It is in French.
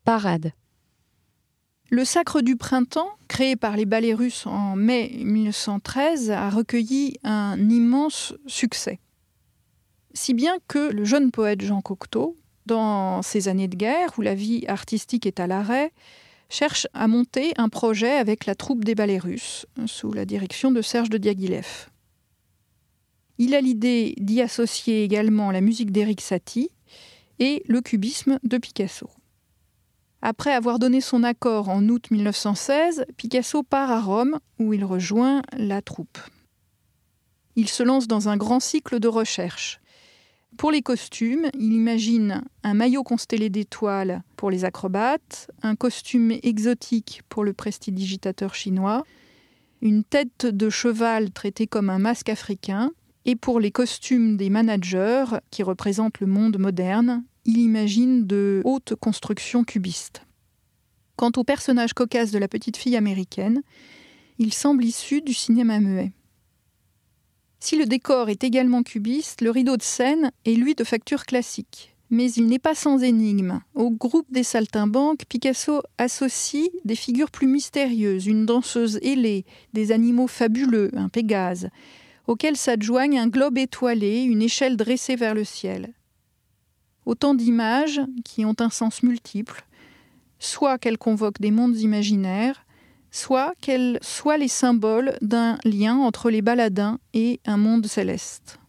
Parade. Le Sacre du Printemps, créé par les ballets russes en mai 1913, a recueilli un immense succès. Si bien que le jeune poète Jean Cocteau, dans ces années de guerre où la vie artistique est à l'arrêt, cherche à monter un projet avec la troupe des ballets russes, sous la direction de Serge de Diaghilev. Il a l'idée d'y associer également la musique d'Éric Satie et le cubisme de Picasso. Après avoir donné son accord en août 1916, Picasso part à Rome où il rejoint la troupe. Il se lance dans un grand cycle de recherche. Pour les costumes, il imagine un maillot constellé d'étoiles pour les acrobates, un costume exotique pour le prestidigitateur chinois, une tête de cheval traitée comme un masque africain, et pour les costumes des managers qui représentent le monde moderne, il imagine de hautes constructions cubistes. Quant au personnage cocasse de la petite fille américaine, il semble issu du cinéma muet. Si le décor est également cubiste, le rideau de scène est lui de facture classique. Mais il n'est pas sans énigme. Au groupe des saltimbanques, Picasso associe des figures plus mystérieuses, une danseuse ailée, des animaux fabuleux, un Pégase, auxquels s'adjoignent un globe étoilé, une échelle dressée vers le ciel. Autant d'images qui ont un sens multiple, soit qu'elles convoquent des mondes imaginaires, soit qu'elles soient les symboles d'un lien entre les baladins et un monde céleste.